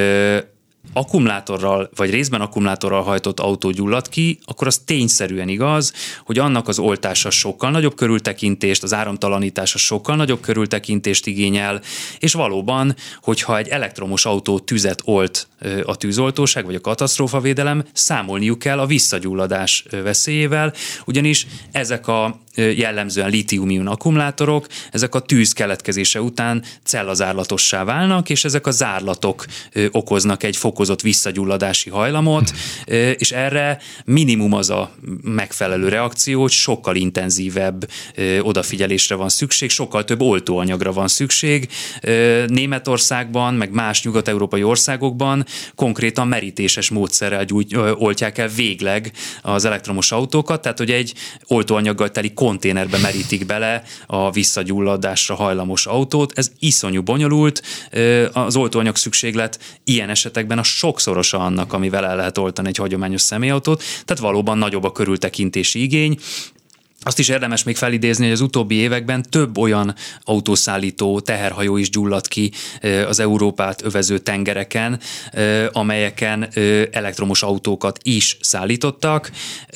akkumulátorral, vagy részben akkumulátorral hajtott autó gyullad ki, akkor az tényszerűen igaz, hogy annak az oltása sokkal nagyobb körültekintést, az áramtalanítása sokkal nagyobb körültekintést igényel, és valóban, hogyha egy elektromos autó tüzet olt a tűzoltóság, vagy a katasztrófavédelem, számolniuk kell a visszagyulladás veszélyével, ugyanis ezek a jellemzően lítium-ion akkumulátorok, ezek a tűz keletkezése után cellazárlatossá válnak, és ezek a zárlatok okoznak egy fokozott visszagyulladási hajlamot, és erre minimum az a megfelelő reakció, hogy sokkal intenzívebb odafigyelésre van szükség, sokkal több oltóanyagra van szükség. Németországban, meg más nyugat-európai országokban konkrétan merítéses módszerrel oltják el végleg az elektromos autókat, tehát hogy egy oltóanyaggal teli konténerbe merítik bele a visszagyulladásra hajlamos autót. Ez iszonyú bonyolult, az oltóanyag szükséglet ilyen esetekben a sokszorosa annak, amivel el lehet oltani egy hagyományos személyautót, tehát valóban nagyobb a körültekintési igény. Azt is érdemes még felidézni, hogy az utóbbi években több olyan autószállító teherhajó is gyulladt ki az Európát övező tengereken, amelyeken elektromos autókat is szállítottak.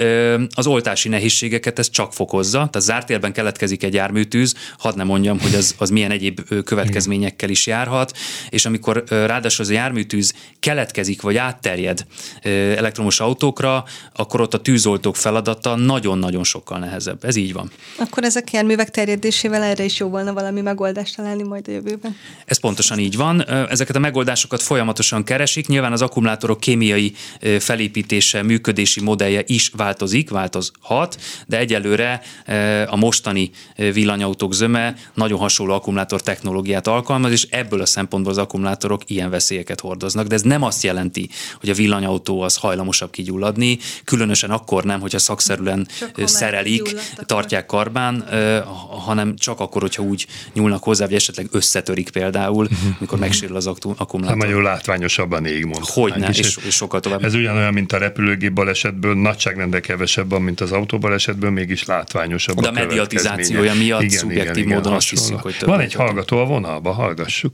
Az oltási nehézségeket ez csak fokozza, tehát zárt térben keletkezik egy járműtűz, hadd ne mondjam, hogy az milyen egyéb következményekkel is járhat, és amikor ráadásul az a járműtűz keletkezik vagy átterjed elektromos autókra, akkor ott a tűzoltók feladata nagyon-nagyon sokkal nehezebb kevesebb. Ez így van. Akkor ezek járművek terjedésével erre is jó volna valami megoldást találni majd a jövőben. Ez pontosan így van. Ezeket a megoldásokat folyamatosan keresik. Nyilván az akkumulátorok kémiai felépítése, működési modellje is változhat, de egyelőre a mostani villanyautók zöme nagyon hasonló akkumulátor technológiát alkalmaz, és ebből a szempontból az akkumulátorok ilyen veszélyeket hordoznak. De ez nem azt jelenti, hogy a villanyautó az hajlamosabb kigyulladni, különösen akkor nem, hogyha szakszerűen szerelik, tartják karbán, hanem csak akkor, hogyha úgy nyúlnak hozzá, hogy esetleg összetörik például, mikor megsérül az akkumulátor. Hát nagyon látványosabban ég, mondhatnánk. Hogyne, és sokkal tovább. Ez ugyanolyan, mint a repülőgép balesetből, nagyságrendel kevesebb van, mint az autóbalesetből, mégis látványosabb. De a mediatizációja miatt szubjektív módon azt hiszük, hogy több. Van egy hallgató a vonalba, hallgassuk.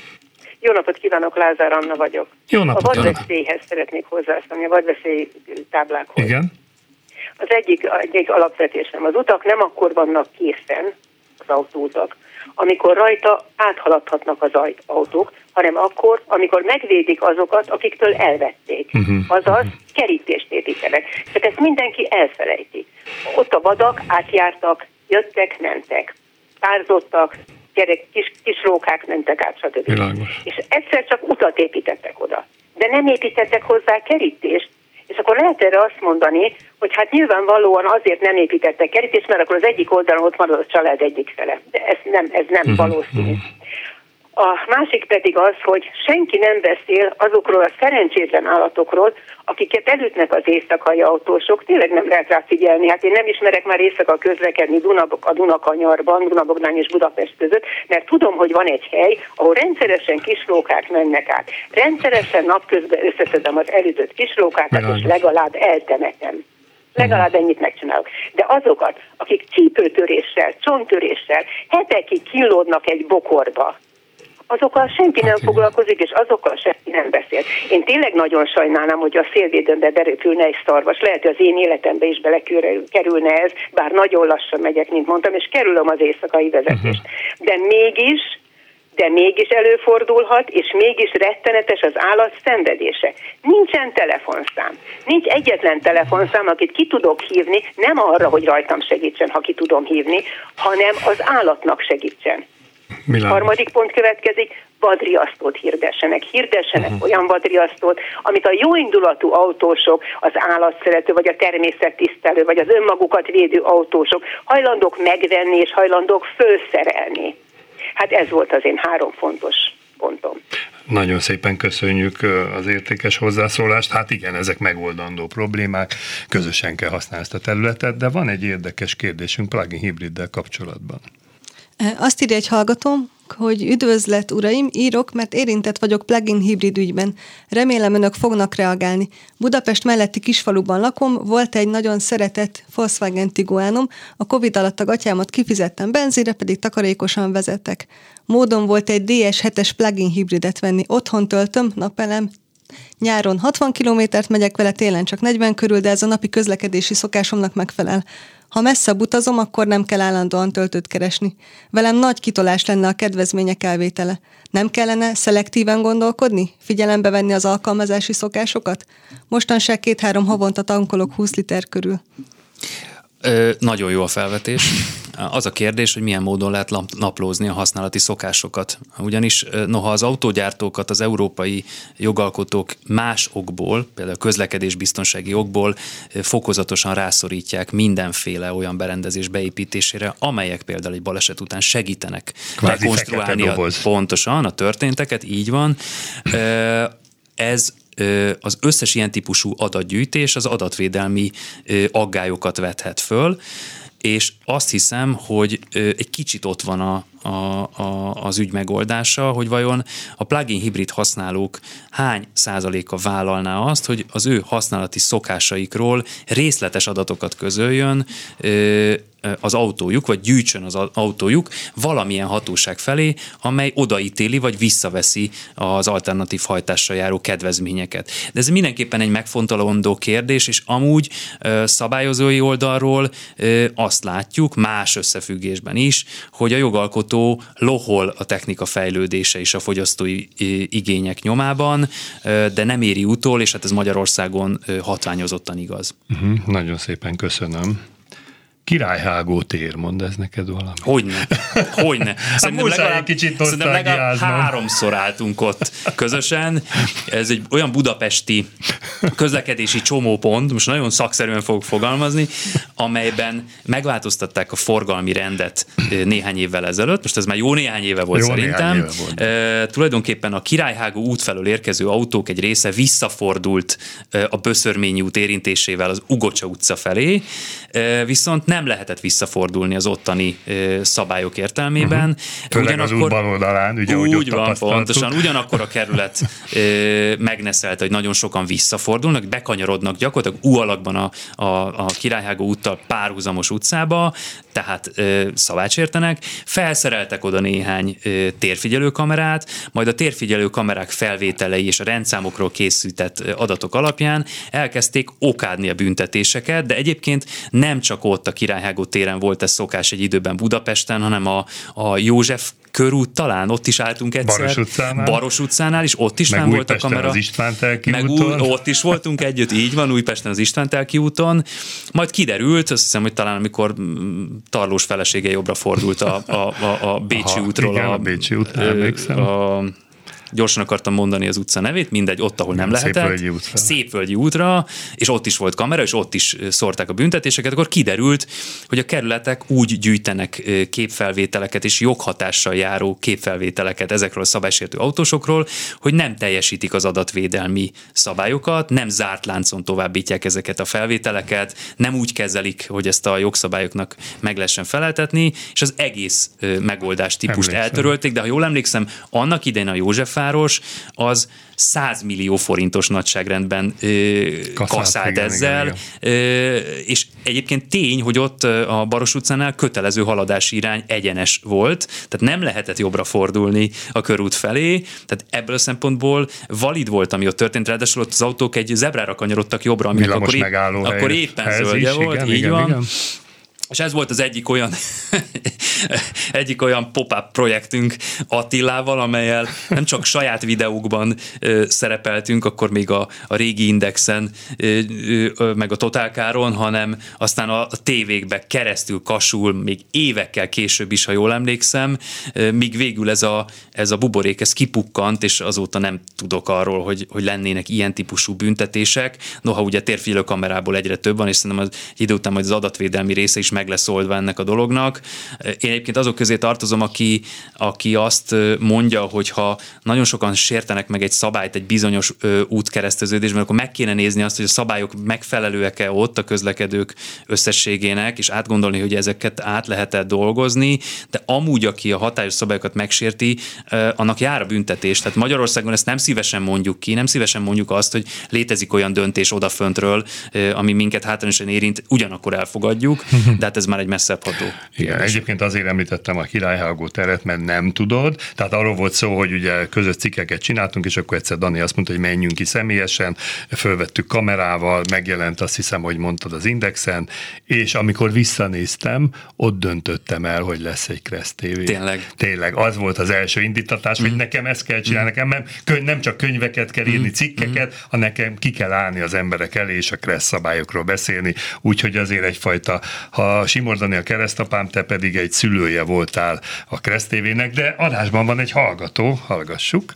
Jó napot kívánok, Lázár Anna vagyok. Jó napot, a vadveszélyhez szeretnék hozzászólni, a vadveszély táblákhoz. Igen. Az egyik alapvetésem, az utak nem akkor vannak készen, az autóutak, amikor rajta áthaladhatnak az autók, hanem akkor, amikor megvédik azokat, akiktől elvették. Azaz kerítést építenek. Csak ezt mindenki elfelejti. Ott a vadak átjártak, jöttek, mentek, párzottak, kis rókák mentek át, stb. Világos. És egyszer csak utat építettek oda. De nem építettek hozzá kerítést, és akkor lehet erre azt mondani, hogy hát nyilvánvalóan azért nem építettek kerítést, mert akkor az egyik oldalon ott marad a család egyik fele. De ez nem valószínű. A másik pedig az, hogy senki nem beszél azokról a szerencsétlen állatokról, akiket elütnek az éjszakai autósok, tényleg nem lehet rá figyelni. Hát én nem ismerek már éjszaka közlekedni a Dunakanyarban, Dunabogdány és Budapest között, mert tudom, hogy van egy hely, ahol rendszeresen kislókák mennek át. Rendszeresen napközben összeszedem az elütött kislókákat, és legalább eltemetem. Legalább ennyit megcsinálok. De azokat, akik csípőtöréssel, csonttöréssel hetekig kínlódnak egy bokorba, azokkal senki nem foglalkozik, és azokkal senki nem beszél. Én tényleg nagyon sajnálnám, hogy a szélvédőmbe beröpülne egy szarvas. Lehet, hogy az én életembe is belekerülne ez, bár nagyon lassan megyek, mint mondtam, és kerülöm az éjszakai vezetést. De mégis előfordulhat, és mégis rettenetes az állat szenvedése. Nincsen telefonszám. Nincs egyetlen telefonszám, akit ki tudok hívni, nem arra, hogy rajtam segítsen, ha ki tudom hívni, hanem az állatnak segítsen. Harmadik pont következik, vadriasztót hirdessenek olyan vadriasztót, amit a jóindulatú autósok, az állatszerető, vagy a természettisztelő, vagy az önmagukat védő autósok hajlandók megvenni és hajlandók fölszerelni. Hát ez volt az én 3 fontos pontom. Nagyon szépen köszönjük az értékes hozzászólást. Hát igen, ezek megoldandó problémák, közösen kell használni ezt a területet, de van egy érdekes kérdésünk plug-in hibriddel kapcsolatban. Azt írja egy hallgatóm, hogy üdvözlet uraim, írok, mert érintett vagyok plug-in hibrid ügyben. Remélem önök fognak reagálni. Budapest melletti kisfaluban lakom, volt egy nagyon szeretett Volkswagen Tiguanom, a Covid alatt a gatyámat kifizettem benzinre, pedig takarékosan vezettek. Módon volt egy DS7-es plug-in hibridet venni, otthon töltöm, napelem, nyáron 60 kilométert megyek vele, télen csak 40 körül, de ez a napi közlekedési szokásomnak megfelel. Ha messzebb utazom, akkor nem kell állandóan töltőt keresni. Velem nagy kitolás lenne a kedvezmények elvétele. Nem kellene szelektíven gondolkodni? Figyelembe venni az alkalmazási szokásokat? Mostanság 2-3 havonta tankolok 20 liter körül. Nagyon jó a felvetés. Az a kérdés, hogy milyen módon lehet naplózni a használati szokásokat. Ugyanis noha az autógyártókat az európai jogalkotók más okból, például közlekedésbiztonsági okból fokozatosan rászorítják mindenféle olyan berendezés beépítésére, amelyek például egy baleset után segítenek rekonstruálni pontosan a történteket, így van. Ez az összes ilyen típusú adatgyűjtés az adatvédelmi aggályokat vethet föl, és azt hiszem, hogy egy kicsit ott van az ügy megoldása, hogy vajon a plug-in hibrid használók hány százaléka vállalná azt, hogy az ő használati szokásaikról részletes adatokat közöljön az autójuk, vagy gyűjtsön az autójuk valamilyen hatóság felé, amely odaítéli, vagy visszaveszi az alternatív hajtással járó kedvezményeket. De ez mindenképpen egy megfontolandó kérdés, és amúgy szabályozói oldalról azt látjuk, más összefüggésben is, hogy a jogalkotó lohol a technika fejlődése és a fogyasztói igények nyomában, de nem éri utol, és hát ez Magyarországon hatványozottan igaz. Nagyon szépen köszönöm. Királyhágó tér, mondd ez neked valami. Hogyne. Szerintem legalább 3-szor álltunk ott közösen. Ez egy olyan budapesti közlekedési csomópont, most nagyon szakszerűen fogok fogalmazni, amelyben megváltoztatták a forgalmi rendet néhány évvel ezelőtt. Most ez már jó néhány éve volt szerintem. Tulajdonképpen a Királyhágó út felől érkező autók egy része visszafordult a Böszörményi út érintésével az Ugocsa utca felé, viszont nem lehetett visszafordulni az ottani szabályok értelmében. Főleg az út bal oldalán, ugye, úgy van, pontosan. Ugyanakkor a kerület megneszelte, hogy nagyon sokan visszafordulnak, bekanyarodnak gyakorlatilag U alakban a Királyhágó úttal párhuzamos utcába, tehát szabálycsértenek, felszereltek oda néhány térfigyelőkamerát, majd a térfigyelőkamerák felvételei és a rendszámokról készített adatok alapján elkezdték okádni a büntetéseket, de egyébként nem csak ott a Királyhágó téren volt ez szokás egy időben Budapesten, hanem a József körút, talán ott is álltunk egyszer. Baros utcánál is, ott is nem volt a kamera. Az István-Telki úton. Ott is voltunk együtt, így van, Újpesten az István-Telki úton. Majd kiderült, azt hiszem, hogy talán amikor Tarlós felesége jobbra fordult a Bécsi útról. Igen, a Bécsi útnál emlékszem. Gyorsan akartam mondani az utca nevét, mindegy, ott, ahol nem lehetett. Szépvölgyi útra, és ott is volt kamera, és ott is szórták a büntetéseket, akkor kiderült, hogy a kerületek úgy gyűjtenek képfelvételeket és joghatással járó képfelvételeket ezekről a szabálysértő autósokról, hogy nem teljesítik az adatvédelmi szabályokat, nem zárt láncon továbbítják ezeket a felvételeket, nem úgy kezelik, hogy ezt a jogszabályoknak meg lehessen feleltetni, és az egész megoldás típust eltörölték, de ha jól emlékszem, annak idején a Józsefváros az 100 millió forintos nagyságrendben kaszált ezzel, és egyébként tény, hogy ott a Baros utcánál kötelező haladási irány egyenes volt, tehát nem lehetett jobbra fordulni a körút felé, tehát ebből a szempontból valid volt, ami ott történt, ráadásul ott az autók egy zebrára kanyarodtak jobbra, aminek akkor éppen zöldje volt, igen, így van. Igen. És ez volt az egyik olyan pop-up projektünk Attilával, amellyel nem csak saját videókban szerepeltünk, akkor még a régi Indexen, meg a Totálkáron, hanem aztán a tévékbe keresztül Kassul, még évekkel később is, ha jól emlékszem, míg végül ez a buborék, ez kipukkant, és azóta nem tudok arról, hogy lennének ilyen típusú büntetések. Noha ugye térfigyelő kamerából egyre több van, és szerintem az idő után majd az adatvédelmi része is meg lesz oldva ennek a dolognak. Én egyébként azok közé tartozom, aki azt mondja, hogy ha nagyon sokan sértenek meg egy szabályt egy bizonyos útkereszteződésben, akkor meg kéne nézni azt, hogy a szabályok megfelelőek-e ott a közlekedők összességének, és átgondolni, hogy ezeket át lehet-e dolgozni, de amúgy, aki a hatályos szabályokat megsérti, annak jár a büntetés. Tehát Magyarországon ezt nem szívesen mondjuk ki, nem szívesen mondjuk azt, hogy létezik olyan döntés odaföntről, ami minket hátrányosan érint, ugyanakkor elfogadjuk, de hát ez már egy messzebb ható. Igen, egyébként azért említettem a Királyhágó teret, mert nem tudod. Tehát arról volt szó, hogy ugye közös cikkeket csináltunk, és akkor egyszer Dani azt mondta, hogy menjünk ki személyesen, fölvettük kamerával, megjelent, azt hiszem, hogy mondtad az Indexen, és amikor visszanéztem, ott döntöttem el, hogy lesz egy Kressz TV. Tényleg, az volt az első indítatás, hogy nekem ezt kell csinálni, nekem nem csak könyveket kell írni, cikkeket, hanem nekem ki kell állni az emberek elé, és a Kressz szabályokról beszélni, úgyhogy azért egyfajta, ha Simor Dani a keresztapám, te pedig egy szülője voltál a Kressz TV-nek, de adásban van egy hallgató, hallgassuk.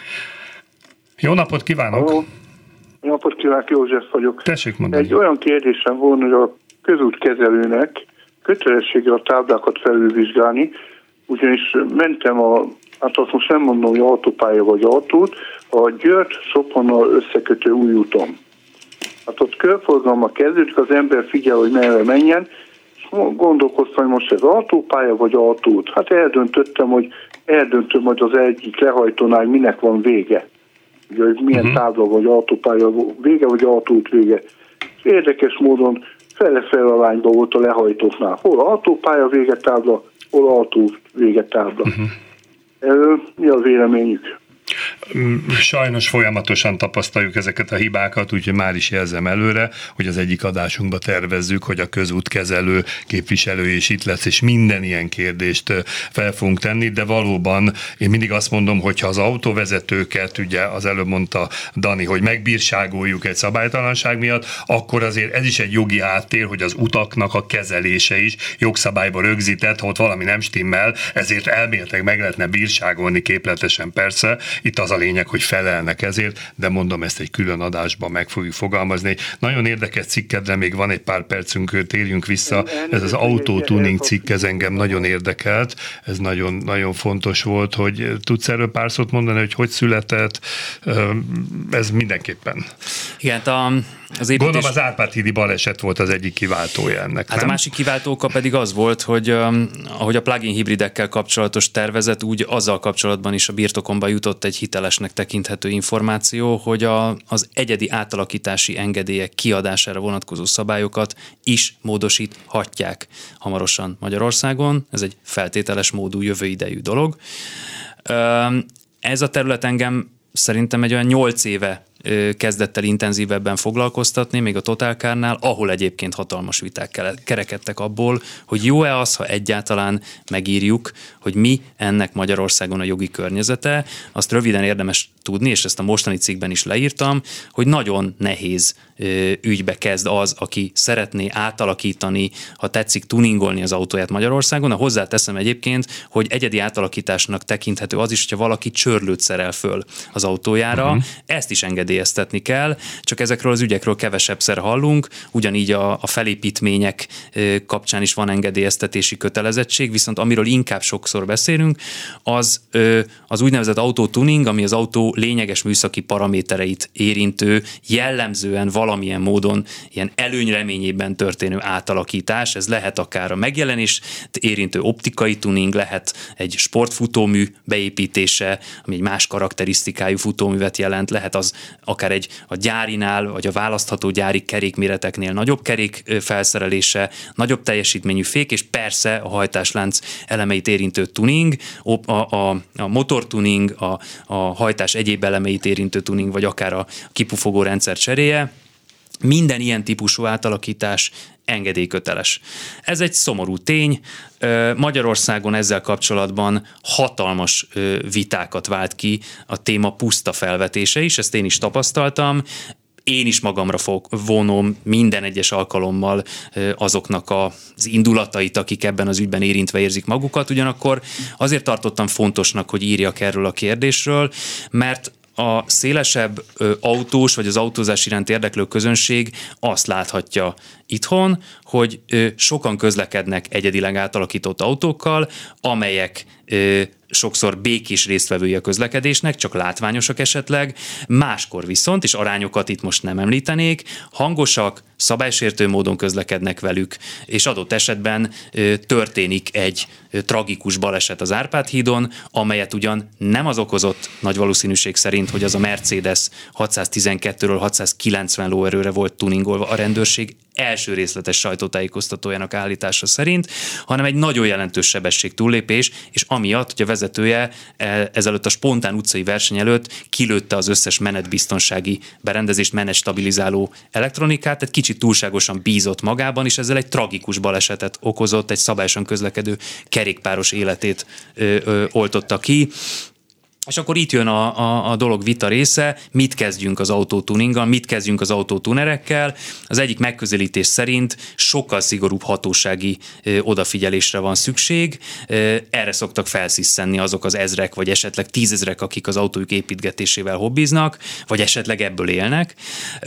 Jó napot kívánok! Jó napot kívánok, József vagyok. Tessék mondani. Egy olyan kérdésem volna, hogy a közútkezelőnek kötelessége a táblákat felülvizsgálni, ugyanis mentem hát azt most nem mondom, hogy autópálya vagy autót, a Győrt-Soponnal összekötő új úton. Hát ott körforgalommal kezdődik, az ember figyel, hogy merre menjen, és gondolkoztam, hogy most ez autópálya vagy autóút. Hát eldöntöttem, hogy az egyik lehajtónál minek van vége. Ugye, hogy milyen tábla vagy autópálya vége, vagy autóút vége. És érdekes módon fele-fele arányban volt a lehajtóknál. Hol autópálya vége tábla, hol autóút vége tábla. Mi a véleményük? Sajnos folyamatosan tapasztaljuk ezeket a hibákat, úgyhogy már is jelzem előre, hogy az egyik adásunkba tervezzük, hogy a közútkezelő képviselő is itt lesz, és minden ilyen kérdést fel fogunk tenni, de valóban én mindig azt mondom, hogyha az autóvezetőket, ugye az előbb mondta Dani, hogy megbírságoljuk egy szabálytalanság miatt, akkor azért ez is egy jogi háttér, hogy az utaknak a kezelése is jogszabályban rögzített, ha ott valami nem stimmel, ezért elméletileg meg lehetne bírságolni képletesen persze. Itt az a lényeg, hogy felelnek ezért, de mondom, ezt egy külön adásban meg fogjuk fogalmazni. Egy nagyon érdekes cikkedre még van egy pár percünk, térjünk vissza. Ez az autótuning cikk, ez engem nagyon érdekelt, ez nagyon, nagyon fontos volt, hogy tudsz erről pár szót mondani, hogy született, ez mindenképpen. Igen, az építés... Gondolom az Árpád-hídi baleset volt az egyik kiváltója ennek. Hát nem? A másik kiváltóka pedig az volt, hogy ahogy a plug-in hibridekkel kapcsolatos tervezet, úgy azzal kapcsolatban is a birtokomba jutott egy hitelesnek tekinthető információ, hogy az egyedi átalakítási engedélyek kiadására vonatkozó szabályokat is módosíthatják hamarosan Magyarországon. Ez egy feltételes módú jövő idejű dolog. Ez a terület engem szerintem egy olyan 8 éve kezdett el intenzívebben foglalkoztatni, még a Total Car-nál, ahol egyébként hatalmas viták kerekedtek abból, hogy jó-e az, ha egyáltalán megírjuk, hogy mi ennek Magyarországon a jogi környezete. Azt röviden érdemes tudni, és ezt a mostani cikkben is leírtam, hogy nagyon nehéz ügybe kezd az, aki szeretné átalakítani, ha tetszik, tuningolni az autóját Magyarországon. Hozzáteszem egyébként, hogy egyedi átalakításnak tekinthető az is, hogyha valaki csörlőt szerel föl az autójára, ezt is engedélyeztetni kell, csak ezekről az ügyekről kevesebbszer hallunk, ugyanígy a felépítmények kapcsán is van engedélyeztetési kötelezettség, viszont amiről inkább sokszor beszélünk, az úgynevezett autótuning, ami az autó lényeges műszaki paramétereit érintő, jellemzően valamilyen módon ilyen előnyreményében történő átalakítás. Ez lehet akár a megjelenést érintő optikai tuning, lehet egy sportfutómű beépítése, ami egy más karakterisztikájú futóművet jelent, lehet az akár a gyárinál, vagy a választható gyári kerékméreteknél nagyobb kerék felszerelése, nagyobb teljesítményű fék, és persze a hajtáslánc elemeit érintő tuning, a motortuning, a hajtás egyéb elemeit érintő tuning, vagy akár a kipufogó rendszer cseréje. Minden ilyen típusú átalakítás engedélyköteles. Ez egy szomorú tény. Magyarországon ezzel kapcsolatban hatalmas vitákat vált ki a téma puszta felvetése is, ezt én is tapasztaltam. Én is magamra vonom minden egyes alkalommal azoknak az indulatait, akik ebben az ügyben érintve érzik magukat. Ugyanakkor azért tartottam fontosnak, hogy írjak erről a kérdésről, mert a szélesebb autós vagy az autózás iránt érdeklő közönség azt láthatja itthon, hogy sokan közlekednek egyedileg átalakított autókkal, amelyek sokszor békés résztvevői a közlekedésnek, csak látványosak esetleg, máskor viszont, és arányokat itt most nem említenék, hangosak, szabálysértő módon közlekednek velük, és adott esetben történik egy tragikus baleset az Árpád-hídon, amelyet ugyan nem az okozott nagy valószínűség szerint, hogy az a Mercedes 612-ről 690 lóerőre volt tuningolva a rendőrség első részletes sajtótájékoztatójának állítása szerint, hanem egy nagyon jelentős sebesség túllépés, és amiatt, hogy a vezetője ezelőtt a spontán utcai verseny előtt kilőtte az összes menetbiztonsági berendezést, menetstabilizáló elektronikát, tehát kicsit túlságosan bízott magában, és ezzel egy tragikus balesetet okozott, egy szabályosan közlekedő kerékpáros életét oltotta ki. És akkor itt jön a dolog vita része, mit kezdjünk az autótuninggal, mit kezdjünk az autótunerekkel. Az egyik megközelítés szerint sokkal szigorúbb hatósági odafigyelésre van szükség. Erre szoktak felszisszenni azok az ezrek, vagy esetleg 10 000, akik az autójuk építgetésével hobbiznak, vagy esetleg ebből élnek.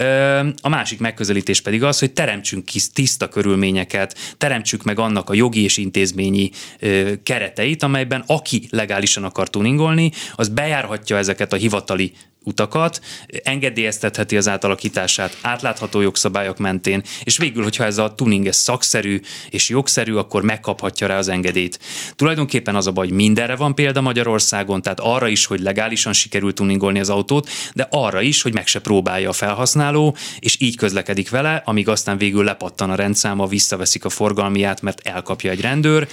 A másik megközelítés pedig az, hogy teremtsünk tiszta körülményeket, teremtsük meg annak a jogi és intézményi kereteit, amelyben aki legálisan akar tuningolni, az bejárhatja ezeket a hivatali utakat, engedélyeztetheti az átalakítását átlátható jogszabályok mentén, és végül, hogyha ez a tuning szakszerű és jogszerű, akkor megkaphatja rá az engedélyt. Tulajdonképpen az a baj, hogy mindenre van példa Magyarországon, tehát arra is, hogy legálisan sikerül tuningolni az autót, de arra is, hogy meg se próbálja a felhasználó, és így közlekedik vele, amíg aztán végül lepattan a rendszáma, visszaveszik a forgalmiát, mert elkapja egy rendőr,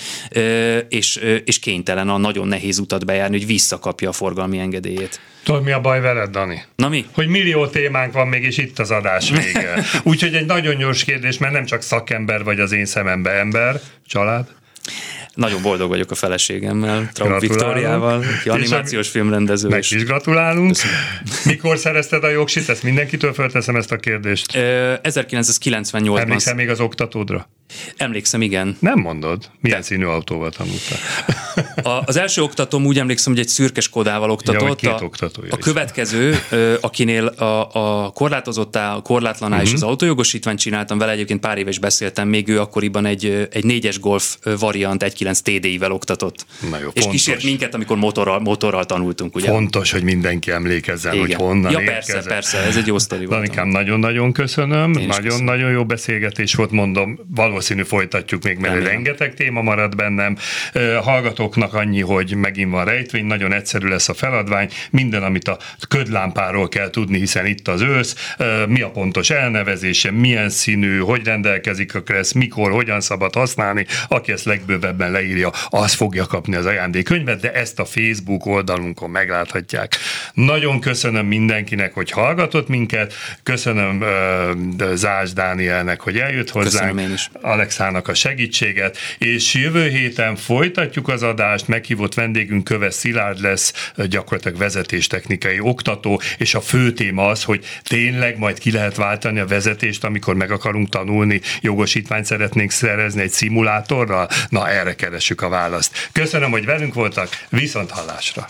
és kénytelen a nagyon nehéz utat bejárni, hogy visszakapja a forgalmi engedélyét. Tudod, mi a baj veled, Dani? Na mi? Hogy millió témánk van még, és itt az adás vége. Úgyhogy egy nagyon gyors kérdés, mert nem csak szakember vagy az én szemembe ember, család. Nagyon boldog vagyok a feleségemmel, Traub Viktóriával, animációs filmrendező. Meg is gratulálunk. Köszönöm. Mikor szerezted a jogsit? Ezt mindenkitől fölteszem ezt a kérdést. 1998-ban. Emlékszel még az oktatódra? Emlékszem, igen. Nem mondod? Milyen színű autóval tanultál? Az első oktatóm úgy emlékszem, hogy egy szürke Skodával oktatott. Ja, két oktatója a következő, akinél a korlátozottá, a korlátlaná és az autójogosítványt csináltam vele, egyébként pár éve is beszéltem, még ő akkoriban egy 4-es Golf variant 1.9 TDI-vel oktatott. Na jó, és fontos. Kísért minket, amikor motorral tanultunk. Ugye? Fontos, hogy mindenki emlékezzen, igen. Hogy honnan persze, ez egy jó sztori volt. Danikám, nagyon-nagyon köszönöm, nagyon-nagyon jó beszélgetés volt, mondom, valószínű folytatjuk még, mert rengeteg téma maradt bennem. Hallgatóknak annyi, hogy megint van rejtvény, nagyon egyszerű lesz a feladvány, minden, amit a ködlámpáról kell tudni, hiszen itt az ősz, mi a pontos elnevezése, milyen színű, hogy rendelkezik a kressz, mikor, hogyan szabad használni, aki ezt legbővebben leírja, az fogja kapni az ajándékkönyvet, de ezt a Facebook oldalunkon megláthatják. Nagyon köszönöm mindenkinek, hogy hallgatott minket, köszönöm Zás Dánielnek, hogy eljött hozzánk, Alexának a segítséget, és jövő héten folytatjuk az adást, meghívott vendégünk Köves Szilárd lesz, gyakorlatilag vezetéstechnikai oktató, és a fő téma az, hogy tényleg majd ki lehet váltani a vezetést, amikor meg akarunk tanulni, jogosítványt szeretnénk szerezni egy szimulátorral? Na, erre keressük a választ. Köszönöm, hogy velünk voltak, viszont hallásra!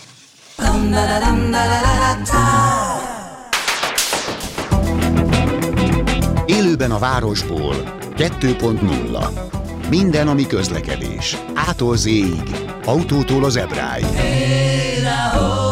Élőben a városból 2.0. Minden, ami közlekedés. A-tól Z-ig. Autótól az Ebráig.